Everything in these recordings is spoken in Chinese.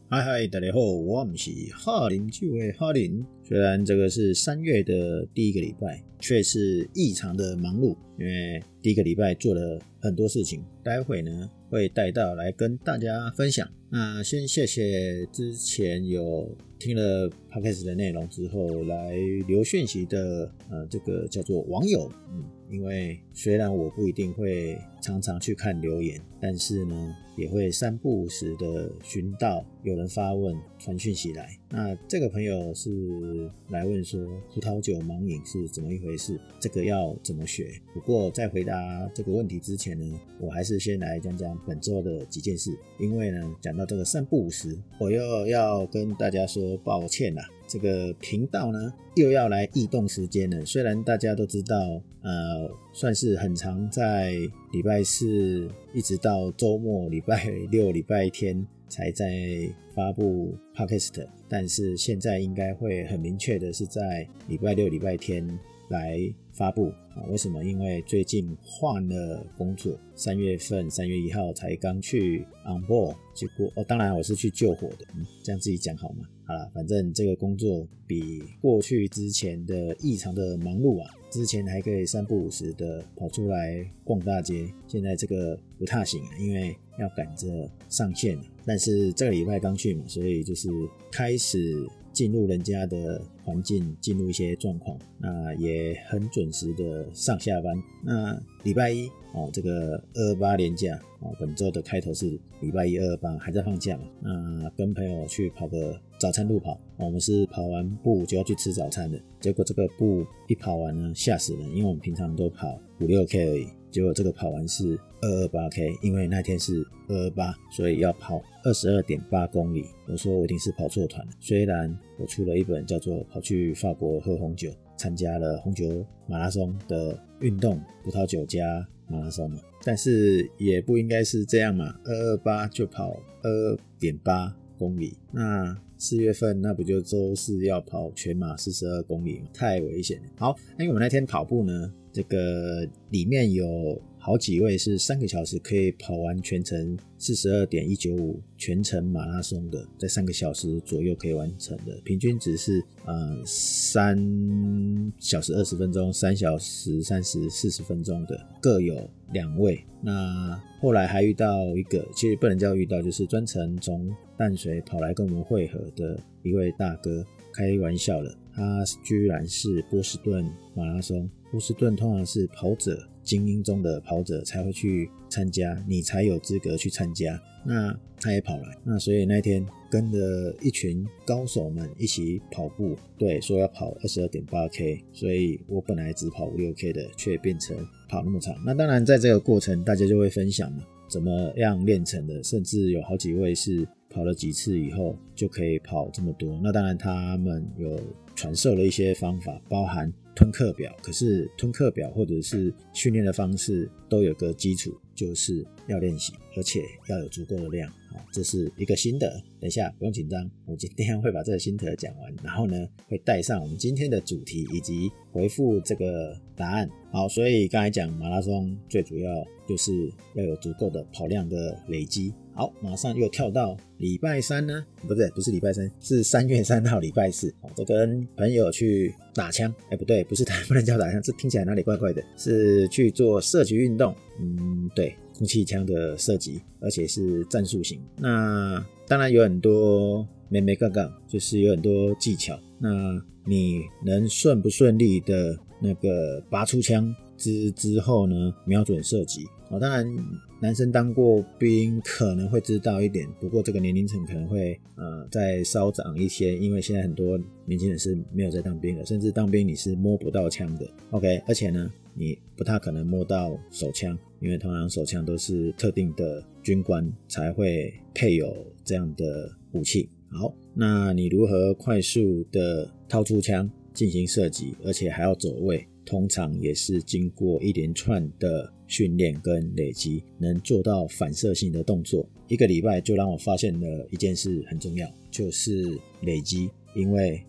嗨嗨，大家好，我是哈林酒的哈林。虽然这个是3月的第一个礼拜，却是异常的忙碌，因为第一个礼拜做了很多事情，待会呢会带到来跟大家分享。那先谢谢之前有听了 Podcast 的内容之后来留讯息的这个叫做网友，因为虽然我不一定会常常去看留言，但是呢也会三不五时的寻到有人发问传讯息来。那这个朋友是来问说葡萄酒盲饮是怎么一回事，这个要怎么学。不过在回答这个问题之前呢，我还是先来讲讲本周的几件事。因为呢讲到这个三不五时，我又要跟大家说抱歉啦，这个频道呢又要来异动时间了。虽然大家都知道算是很常在礼拜四一直到周末礼拜六礼拜天才在发布 Podcast， 但是现在应该会很明确的是在礼拜六礼拜天来发布。为什么？因为最近换了工作，3月1号才刚去 on board， 结果当然我是去救火的，这样自己讲好吗？好啦，反正这个工作比过去之前的异常的忙碌啊，之前还可以三不五时的跑出来逛大街，现在这个不太行了，因为要赶着上线了。但是这个礼拜刚去嘛，所以就是开始进入人家的环境，进入一些状况，那也很准时的上下班。那礼拜一这个228连假本周的开头是礼拜一228，还在放假嘛，那跟朋友去跑个早餐路跑，我们是跑完步就要去吃早餐的，结果这个步一跑完呢吓死人，因为我们平常都跑5-6K 而已，结果这个跑完是228K， 因为那天是228，所以要跑22.8公里。我说我一定是跑错团了，虽然我出了一本叫做跑去法国喝红酒，参加了红酒马拉松的运动，葡萄酒加马拉松嘛，但是也不应该是这样嘛，228就跑2.8公里，那4月份那不就周四要跑全马42公里吗？太危险了。好，因为我们那天跑步呢，这个里面有好几位是3个小时可以跑完全程 42.195 全程马拉松的，在3个小时左右可以完成的，平均值是3小时20分钟、3小时30、40分钟的，各有2位。那后来还遇到一个，其实不能叫遇到，就是专程从淡水跑来跟我们会合的一位大哥，开玩笑了，他居然是波士顿马拉松。波士顿通常是跑者精英中的跑者才会去参加，你才有资格去参加，那他也跑来，那所以那天跟着一群高手们一起跑步，对，说要跑 22.8K， 所以我本来只跑 5-6K 的，却变成跑那么长。那当然在这个过程大家就会分享嘛，怎么样练成的，甚至有好几位是跑了几次以后就可以跑这么多。那当然他们有传授了一些方法，包含吞课表，可是吞课表或者是训练的方式都有个基础，就是要练习，而且要有足够的量。好，这是一个心得，等一下不用紧张，我今天会把这个心得讲完，然后呢会带上我们今天的主题以及回复这个答案。好，所以刚才讲马拉松最主要就是要有足够的跑量的累积。好，马上又跳到礼拜三呢，不是礼拜三，是3月3号礼拜四。这跟朋友去打枪，不对，不能叫打枪，这听起来哪里怪怪的，是去做射击运动。对，空气枪的射击，而且是战术型。那当然有很多眉眉角角，就是有很多技巧。那你能顺不顺利的那个拔出枪之后呢，瞄准射击。当然男生当过兵可能会知道一点，不过这个年龄层可能会再稍长一些，因为现在很多年轻人是没有在当兵的，甚至当兵你是摸不到枪的 OK， 而且呢你不太可能摸到手枪，因为通常手枪都是特定的军官才会配有这样的武器。好，那你如何快速的掏出枪进行射击，而且还要走位，通常也是经过一连串的训练跟累积，能做到反射性的动作。1个礼拜就让我发现了一件事很重要，就是累积。因为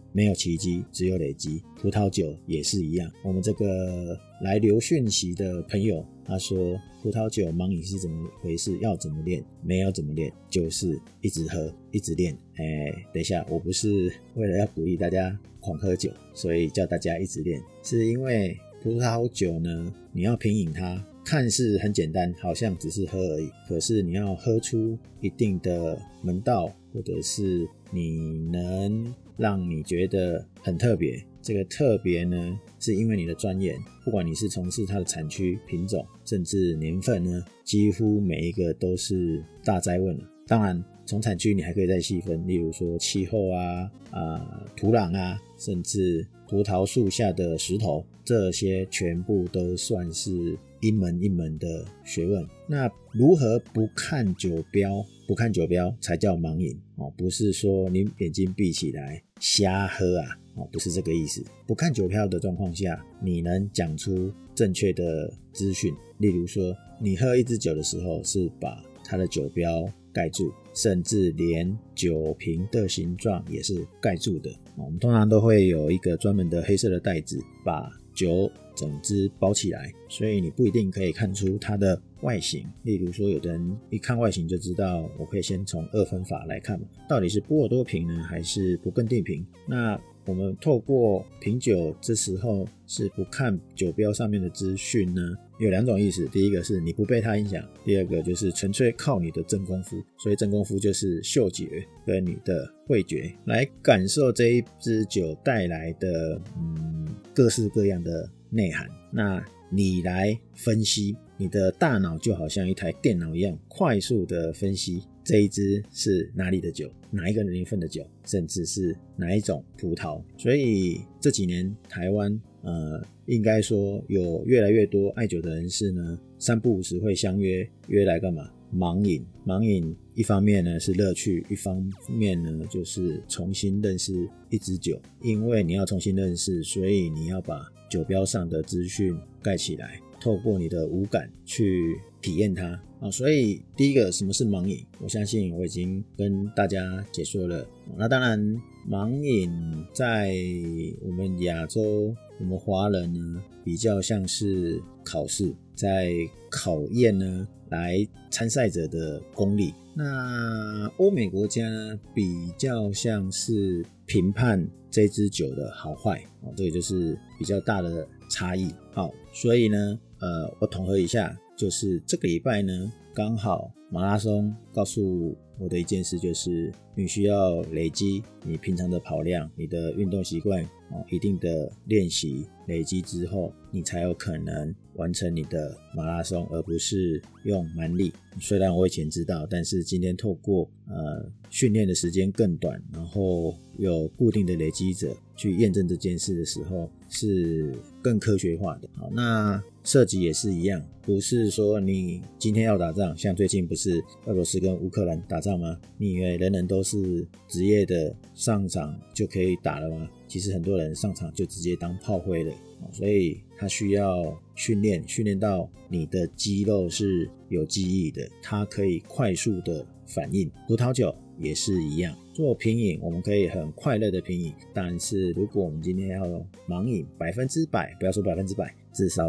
没有奇迹，只有累积。葡萄酒也是一样，我们这个来留讯息的朋友他说葡萄酒盲饮是怎么回事，要怎么练？没有怎么练，就是一直喝一直练。等一下，我不是为了要鼓励大家狂喝酒所以叫大家一直练，是因为葡萄酒呢，你要品饮它看似很简单，好像只是喝而已，可是你要喝出一定的门道，或者是你能让你觉得很特别。这个特别呢，是因为你的专业，不管你是从事它的产区、品种，甚至年份呢，几乎每一个都是大哉问了。当然从产区你还可以再细分，例如说气候土壤甚至葡萄树下的石头，这些全部都算是一门一门的学问。那如何不看酒标？不看酒标才叫盲饮不是说你眼睛闭起来瞎喝不是这个意思。不看酒标的状况下，你能讲出正确的资讯，例如说你喝一支酒的时候是把它的酒标盖住，甚至连酒瓶的形状也是盖住的。我们通常都会有一个专门的黑色的袋子把酒整支包起来，所以你不一定可以看出它的外形。例如说有的人一看外形就知道，我可以先从二分法来看到底是波尔多瓶呢还是勃艮第瓶。那我们透过品酒这时候是不看酒标上面的资讯呢，有两种意思。第一个是你不被它影响，第二个就是纯粹靠你的真功夫。所以真功夫就是嗅觉跟你的味觉来感受这一支酒带来的各式各样的内涵。那你来分析，你的大脑就好像一台电脑一样，快速的分析这一支是哪里的酒，哪一个年份的酒，甚至是哪一种葡萄。所以这几年台湾应该说有越来越多爱酒的人士呢，三不五时会相约来干嘛？盲饮。盲饮一方面呢是乐趣，一方面呢就是重新认识一支酒。因为你要重新认识，所以你要把酒标上的资讯盖起来，透过你的五感去体验它所以第一个什么是盲饮，我相信我已经跟大家解说了。那当然盲饮在我们亚洲，我们华人呢比较像是考试，在考验呢来参赛者的功力。那欧美国家呢比较像是评判这支酒的好坏这个就是比较大的差异。好，所以呢我统合一下，就是这个礼拜呢刚好马拉松告诉我的一件事，就是你需要累积你平常的跑量，你的运动习惯一定的练习累积之后，你才有可能完成你的马拉松，而不是用蛮力。虽然我以前知道，但是今天透过训练的时间更短，然后有固定的累积者去验证这件事的时候，是更科学化的。好，那射击也是一样，不是说你今天要打仗，像最近不是俄罗斯跟乌克兰打仗吗？你以为人人都是职业的上场就可以打了吗？其实很多人上场就直接当炮灰了，所以他需要训练到你的肌肉是有记忆的，它可以快速的反应。葡萄酒也是一样，做品饮我们可以很快乐的品饮，但是如果我们今天要盲饮100%，不要说100%，至少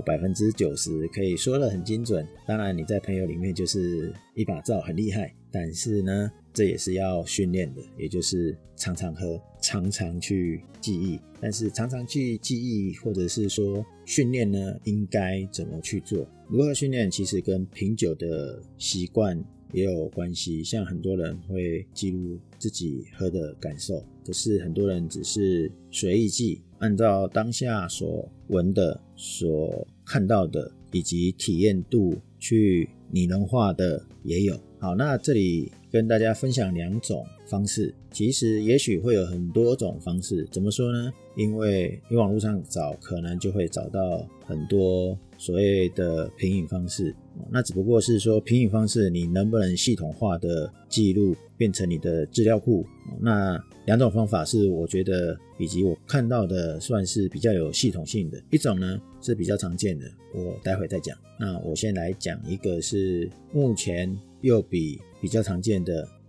90%可以说得很精准。当然你在朋友里面就是一把照很厉害，但是呢这也是要训练的，也就是常常喝，常常去记忆。但是常常去记忆或者是说训练呢应该怎么去做，如何训练其实跟品酒的习惯也有关系。像很多人会记录自己喝的感受，可是很多人只是随意记，按照当下所闻的所看到的以及体验度去拟人化的也有。好，那这里跟大家分享两种方式，其实也许会有很多种方式。怎么说呢？因为你网络上找可能就会找到很多所谓的品饮方式，那只不过是说品饮方式你能不能系统化的记录变成你的资料库。那两种方法是我觉得以及我看到的算是比较有系统性的，一种呢是比较常见的，我待会再讲。那我先来讲一个是目前又比较常见的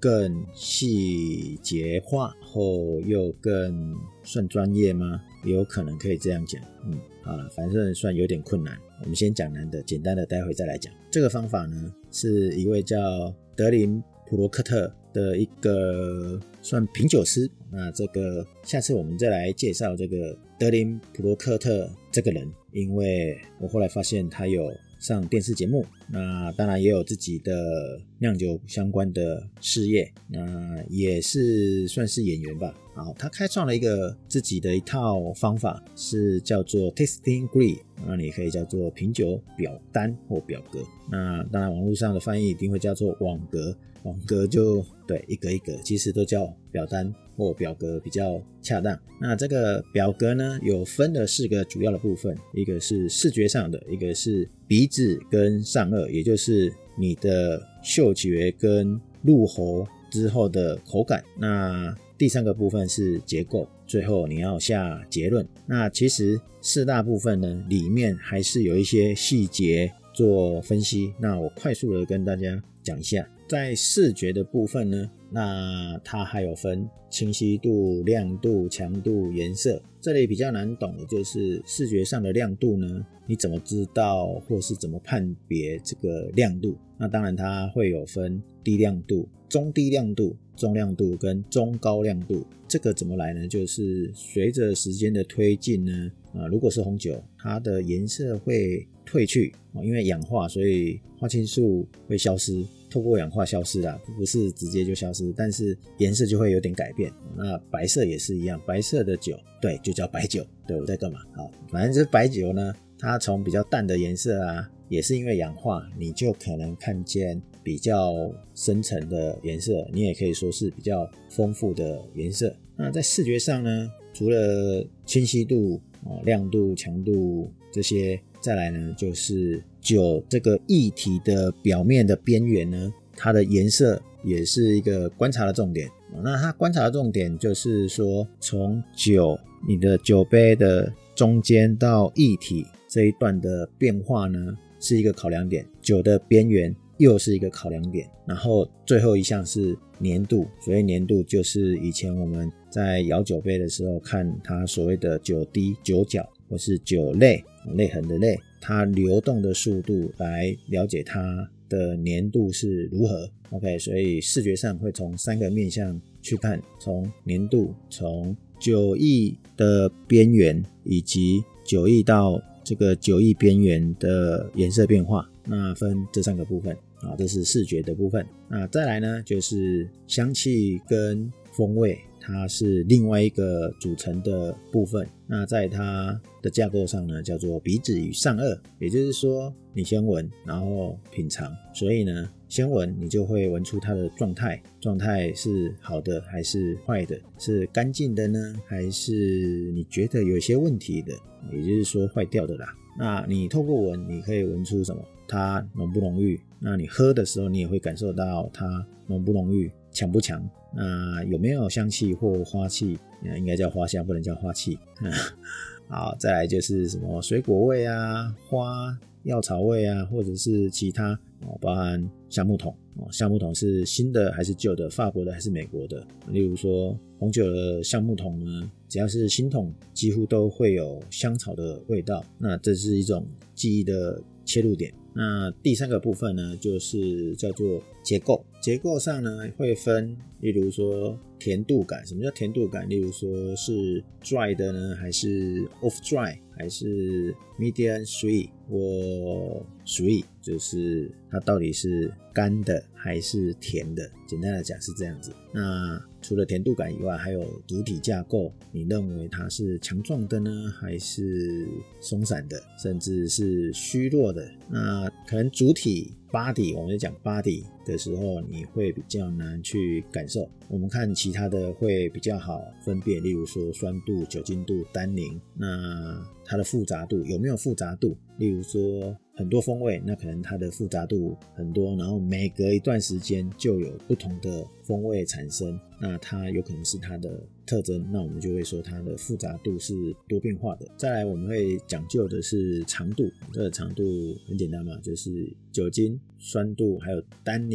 更细节化后又更算专业吗？有可能可以这样讲。好了，反正算有点困难，我们先讲难的，简单的待会再来讲。这个方法呢，是一位叫德林普罗克特的一个算品酒师。那这个下次我们再来介绍这个德林普罗克特这个人，因为我后来发现他有上电视节目，那当然也有自己的酿酒相关的事业，那也是算是演员吧。好，他开创了一个自己的一套方法，是叫做 Tasting Grid， 那你可以叫做品酒表单或表格。那当然网络上的翻译一定会叫做网格，网格就对一格一格，其实都叫表单或表格比较恰当。那这个表格呢，有分了4个主要的部分，一个是视觉上的，一个是鼻子跟上颚，也就是你的嗅觉跟入喉之后的口感。那第3个部分是结构，最后你要下结论。那其实4大部分呢，里面还是有一些细节做分析，那我快速的跟大家讲一下。在视觉的部分呢，那它还有分清晰度、亮度、强度、颜色。这里比较难懂的就是视觉上的亮度呢，你怎么知道或是怎么判别这个亮度？那当然它会有分低亮度、中低亮度、中亮度跟中高亮度。这个怎么来呢？就是随着时间的推进呢，如果是红酒，它的颜色会褪去，因为氧化，所以花青素会消失，透过氧化消失啦，不是直接就消失，但是颜色就会有点改变。那白色也是一样，白色的酒，对，就叫白酒。对，我在干嘛？好，反正这白酒呢，它从比较淡的颜色啊，也是因为氧化，你就可能看见比较深层的颜色，你也可以说是比较丰富的颜色。那在视觉上呢，除了清晰度、亮度、强度这些，再来呢就是酒这个液体的表面的边缘呢，它的颜色也是一个观察的重点。那它观察的重点就是说，从酒你的酒杯的中间到液体这一段的变化呢，是一个考量点，酒的边缘又是一个考量点，然后最后一项是粘度。所以粘度就是以前我们在摇酒杯的时候看它所谓的酒滴、酒角或是酒泪，泪痕的泪，它流动的速度来了解它的粘度是如何。 OK， 所以视觉上会从3个面向去看，从粘度，从酒液的边缘，以及酒液到这个酒液边缘的颜色变化，那分这3个部分。这是视觉的部分。那再来呢，就是香气跟风味，它是另外一个组成的部分。那在它的架构上呢，叫做鼻子与上颚，也就是说你先闻，然后品尝。所以呢，先闻你就会闻出它的状态是好的还是坏的，是干净的呢，还是你觉得有些问题的，也就是说坏掉的啦。那你透过闻，你可以闻出什么？它浓不浓郁？那你喝的时候，你也会感受到它浓不浓郁，强不强？那有没有香气或花气？应该叫花香，不能叫花气。好，再来就是什么水果味啊、花、药草味啊，或者是其他，包含橡木桶。橡木桶是新的还是旧的？法国的还是美国的？例如说红酒的橡木桶呢，只要是新桶，几乎都会有香草的味道。那这是一种记忆的切入点。那第3个部分呢，就是叫做结构。结构上呢，会分，例如说甜度感。什么叫甜度感？例如说是 dry 的呢，还是 off dry， 还是 medium sweet 或 sweet， 就是它到底是干的还是甜的。简单的讲是这样子。那除了甜度感以外，还有主体架构，你认为它是强壮的呢，还是松散的，甚至是虚弱的？那可能主体 body， 我们在讲 body 的时候，你会比较难去感受。我们看其他的会比较好分辨，例如说酸度、酒精度、单宁，那它的复杂度有没有复杂度？例如说很多风味，那可能它的复杂度很多，然后每隔一段时间就有不同的风味产生，那它有可能是它的特征，那我们就会说它的复杂度是多变化的。再来我们会讲究的是长度，这个长度很简单嘛，就是酒精、酸度还有单宁。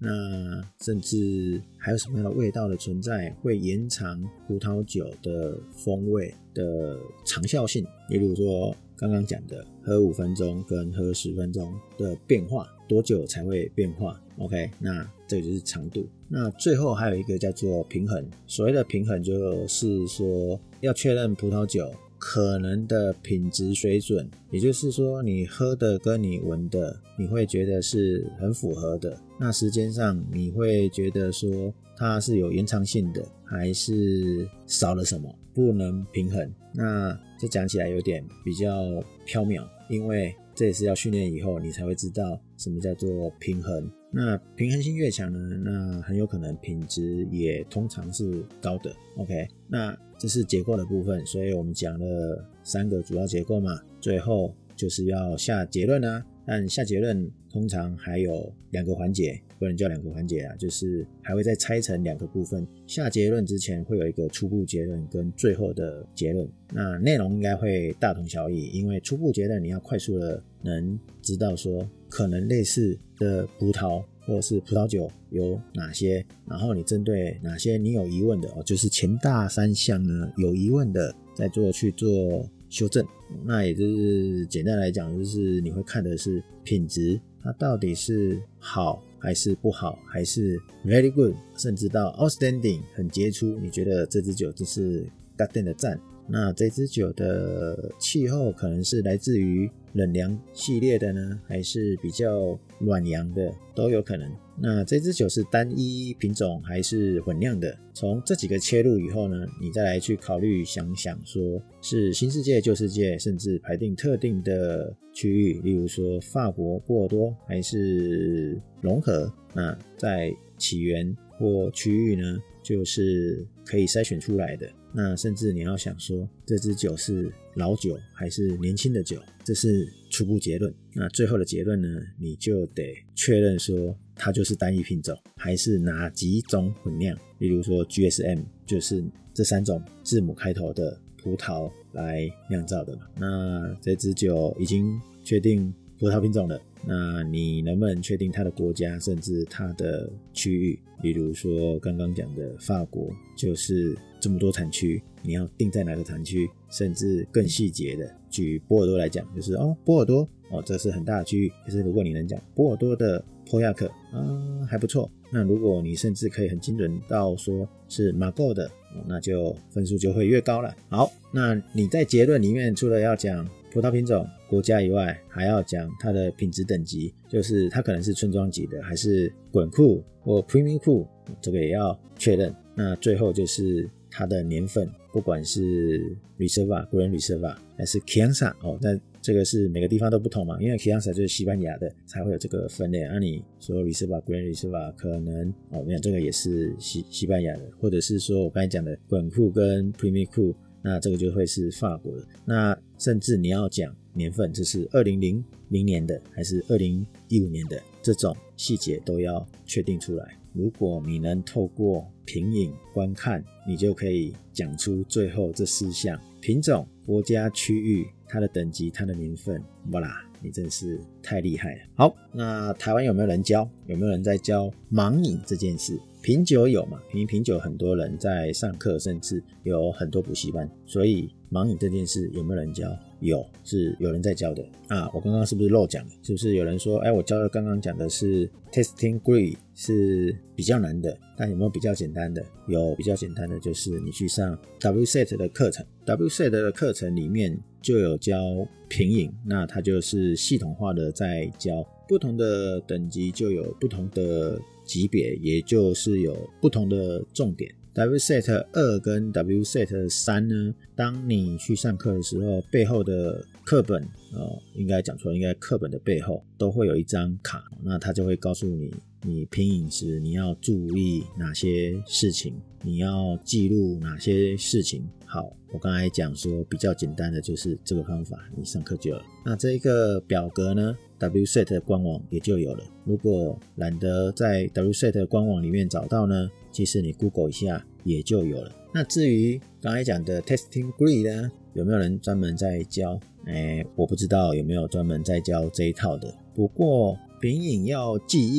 那甚至还有什么样的味道的存在会延长葡萄酒的风味的长效性，例如说刚刚讲的喝5分钟跟喝10分钟的变化，多久才会变化 OK， 那这个就是长度。那最后还有一个叫做平衡，所谓的平衡就是说要确认葡萄酒可能的品质水准，也就是说你喝的跟你闻的你会觉得是很符合的，那时间上你会觉得说它是有延长性的还是少了什么，不能平衡。那这讲起来有点比较缥缈，因为这也是要训练以后你才会知道什么叫做平衡。那平衡性越强呢，那很有可能品质也通常是高的 OK， 那这是结构的部分，所以我们讲了3个主要结构嘛，最后就是要下结论啊。但下结论通常还有2个环节，不能叫2个环节啊，就是还会再拆成2个部分。下结论之前会有一个初步结论跟最后的结论，那内容应该会大同小异，因为初步结论你要快速的能知道说可能类似的葡萄或者是葡萄酒有哪些，然后你针对哪些你有疑问的就是前大3项呢有疑问的再去做修正。那也就是简单来讲，就是你会看的是品质，它到底是好还是不好，还是 very good 甚至到 outstanding 很杰出，你觉得这支酒就是 goddamn 的赞。那这支酒的气候可能是来自于冷凉系列的呢，还是比较暖阳的，都有可能。那这支酒是单一品种还是混酿的，从这几个切入以后呢，你再来去考虑想想说是新世界旧世界，甚至排定特定的区域，例如说法国波尔多还是融合，那在起源或区域呢就是可以筛选出来的。那甚至你要想说这支酒是老酒还是年轻的酒，这是初步结论。那最后的结论呢，你就得确认说它就是单一品种还是哪几种混酿，例如说 GSM 就是这3种字母开头的葡萄来酿造的嘛。那这支酒已经确定葡萄品种了，那你能不能确定它的国家甚至它的区域，例如说刚刚讲的法国就是这么多产区，你要定在哪个产区，甚至更细节的举波尔多来讲，就是波尔多这是很大的区域，可是如果你能讲波尔多的波亚克还不错，那如果你甚至可以很精准到说是马购的那就分数就会越高了。好，那你在结论里面除了要讲葡萄品种国家以外，还要讲它的品质等级，就是它可能是村庄级的还是滚库或 premium 库，这个也要确认。那最后就是它的年份，不管是 Reserva 国人 Reserva 还是 Crianza 那这个是每个地方都不同嘛，因为 Crianza 就是西班牙的才会有这个分类，你说 Reserva 国人 Reserva 可能这个也是西班牙的，或者是说我刚才讲的滚库跟 premium 库，那这个就会是法国的。那甚至你要讲年份，这是2000年的还是2015年的，这种细节都要确定出来。如果你能透过品饮观看，你就可以讲出最后这4项：品种、国家、区域、它的等级、它的年份。哇啦，你真是太厉害了。好，那台湾有没有人教？有没有人在教盲饮这件事？品酒有嘛，品酒很多人在上课，甚至有很多补习班，所以盲饮这件事有没有人教？有，是有人在教的我刚刚是不是漏讲了？是不是有人说我教的刚刚讲的是 tasting grade 是比较难的，但有没有比较简单的？有，比较简单的就是你去上 WSET 的课程， WSET 的课程里面就有教品饮，那它就是系统化的在教不同的等级就有不同的级别，也就是有不同的重点。WSET 2跟 WSET 3呢，当你去上课的时候，背后的课本应该讲错了，应该课本的背后都会有一张卡，那它就会告诉你你品饮时你要注意哪些事情，你要记录哪些事情。好，我刚才讲说比较简单的就是这个方法，你上课就有了。那这个表格呢， WSET 官网也就有了。如果懒得在 WSET 官网里面找到呢，其实你 Google 一下也就有了。那至于刚才讲的 Tasting Grade 呢，有没有人专门在教？我不知道有没有专门在教这一套的。不过品饮要记忆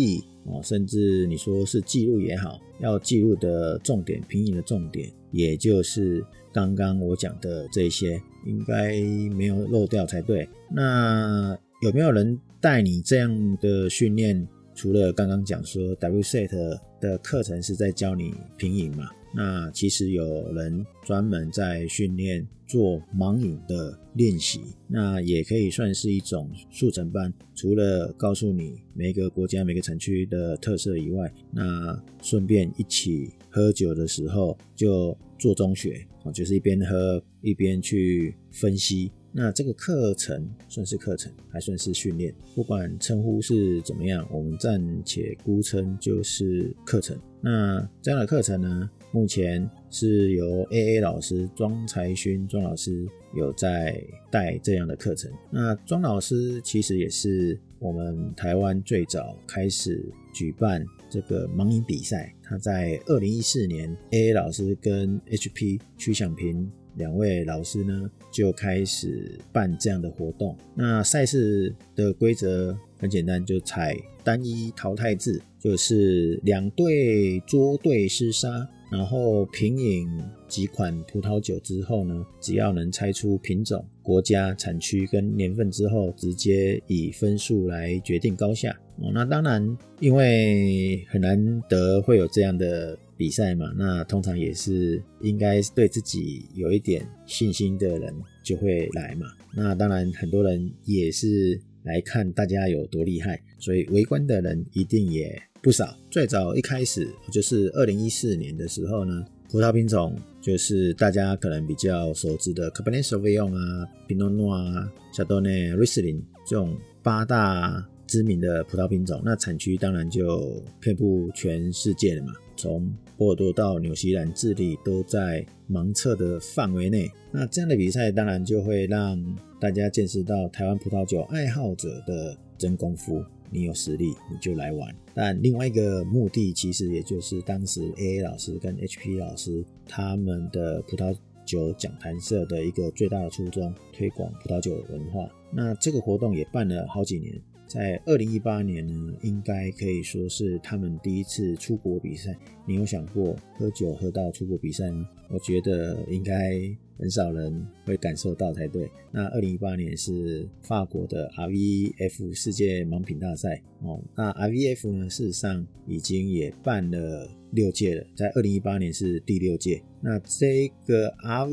甚至你说是记录也好，要记录的重点，品饮的重点，也就是刚刚我讲的这些，应该没有漏掉才对。那有没有人带你这样的训练？除了刚刚讲说 WSET 的课程是在教你品饮嘛，那其实有人专门在训练做盲饮的练习，那也可以算是一种速成班。除了告诉你每个国家每个产区的特色以外，那顺便一起喝酒的时候就做中学，就是一边喝一边去分析。那这个课程算是课程还算是训练，不管称呼是怎么样，我们暂且姑称就是课程。那这样的课程呢，目前是由 AA 老师庄才勋庄老师有在带这样的课程。那庄老师其实也是我们台湾最早开始举办这个盲饮比赛，他在2014年 AA 老师跟 HP 曲响平两位老师呢就开始办这样的活动。那赛事的规则很简单，就采单一淘汰制，就是2队捉对厮杀，然后品饮几款葡萄酒之后呢，只要能猜出品种、国家、产区跟年份之后，直接以分数来决定高下。那当然因为很难得会有这样的比赛嘛，那通常也是应该对自己有一点信心的人就会来嘛。那当然很多人也是来看大家有多厉害，所以围观的人一定也不少。最早一开始就是2014年的时候呢，葡萄品种就是大家可能比较熟知的 Cabernet Sauvignon 啊、Pinot Noir 啊、Chardonnay、Riesling 这种8大知名的葡萄品种，那产区当然就遍布全世界了嘛，从波尔多到纽西兰、智利都在盲测的范围内。那这样的比赛当然就会让大家见识到台湾葡萄酒爱好者的真功夫，你有实力你就来玩。但另外一个目的其实也就是当时 AA 老师跟 HP 老师他们的葡萄酒讲坛社的一个最大的初衷，推广葡萄酒文化。那这个活动也办了好几年，在2018年呢，应该可以说是他们第一次出国比赛。你有想过喝酒喝到出国比赛吗？我觉得应该很少人会感受到才对。那2018年是法国的 RVF 世界盲品大赛那 RVF 呢，事实上已经也办了6届了，在2018年是第6届。那这个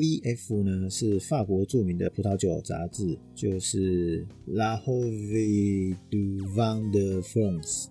RVF 呢，是法国著名的葡萄酒杂志，就是 La Revue du Vin de France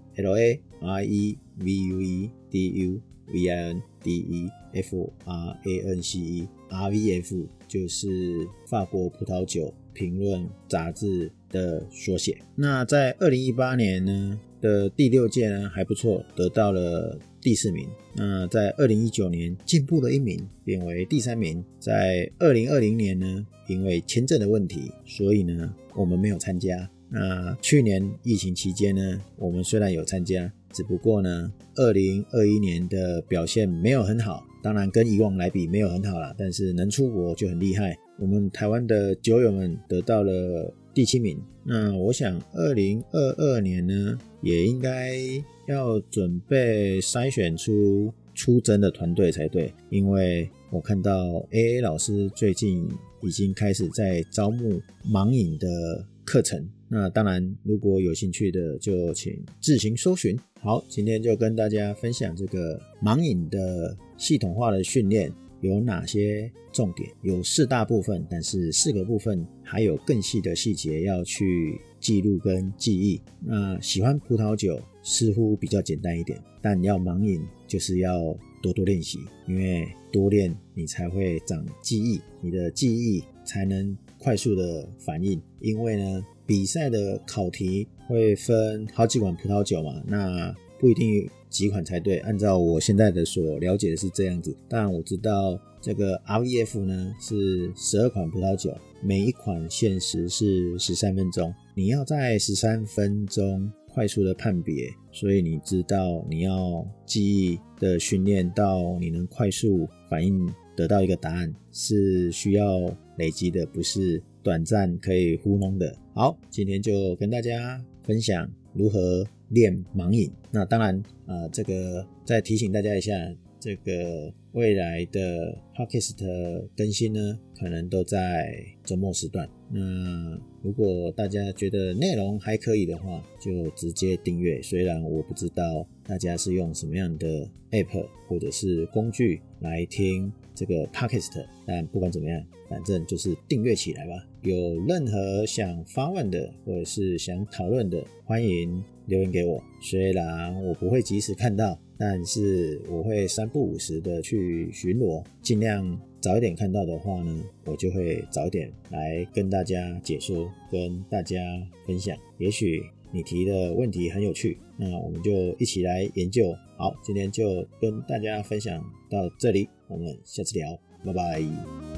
LAREVUDUVINDEFRANCE RVF 就是法国葡萄酒评论杂志的缩写。那在2018年呢的第6届呢还不错，得到了第4名。那在2019年进步了1名，变为第3名。在2020年呢，因为签证的问题，所以呢我们没有参加。那去年疫情期间呢，我们虽然有参加，只不过呢2021年的表现没有很好，当然跟以往来比没有很好啦，但是能出国就很厉害。我们台湾的酒友们得到了第7名。那我想2022年呢，也应该要准备筛选出出征的团队才对，因为我看到 AA 老师最近已经开始在招募盲饮的课程。那当然如果有兴趣的就请自行搜寻。好，今天就跟大家分享这个盲饮的系统化的训练有哪些重点，有4大部分，但是4个部分还有更细的细节要去记录跟记忆。那喜欢葡萄酒似乎比较简单一点，但要盲饮就是要多多练习，因为多练你才会长记忆，你的记忆才能快速的反应。因为呢比赛的考题会分好几款葡萄酒嘛，那不一定几款才对，按照我现在的所了解的是这样子。当然我知道这个 RVF 呢是12款葡萄酒，每一款限时是13分钟，你要在13分钟快速的判别，所以你知道你要记忆的训练到你能快速反应得到一个答案是需要累积的，不是短暂可以糊弄的。好，今天就跟大家分享如何练盲饮。那当然这个再提醒大家一下，这个未来的 Podcast 更新呢，可能都在周末时段。那如果大家觉得内容还可以的话，就直接订阅。虽然我不知道大家是用什么样的 App 或者是工具来听这个 Podcast， 但不管怎么样，反正就是订阅起来吧。有任何想发问的或者是想讨论的，欢迎留言给我。虽然我不会及时看到，但是我会三不五时的去巡逻，尽量早一点看到的话呢，我就会早一点来跟大家解说，跟大家分享。也许你提的问题很有趣，那我们就一起来研究。好，今天就跟大家分享到这里，我们下次聊，拜拜。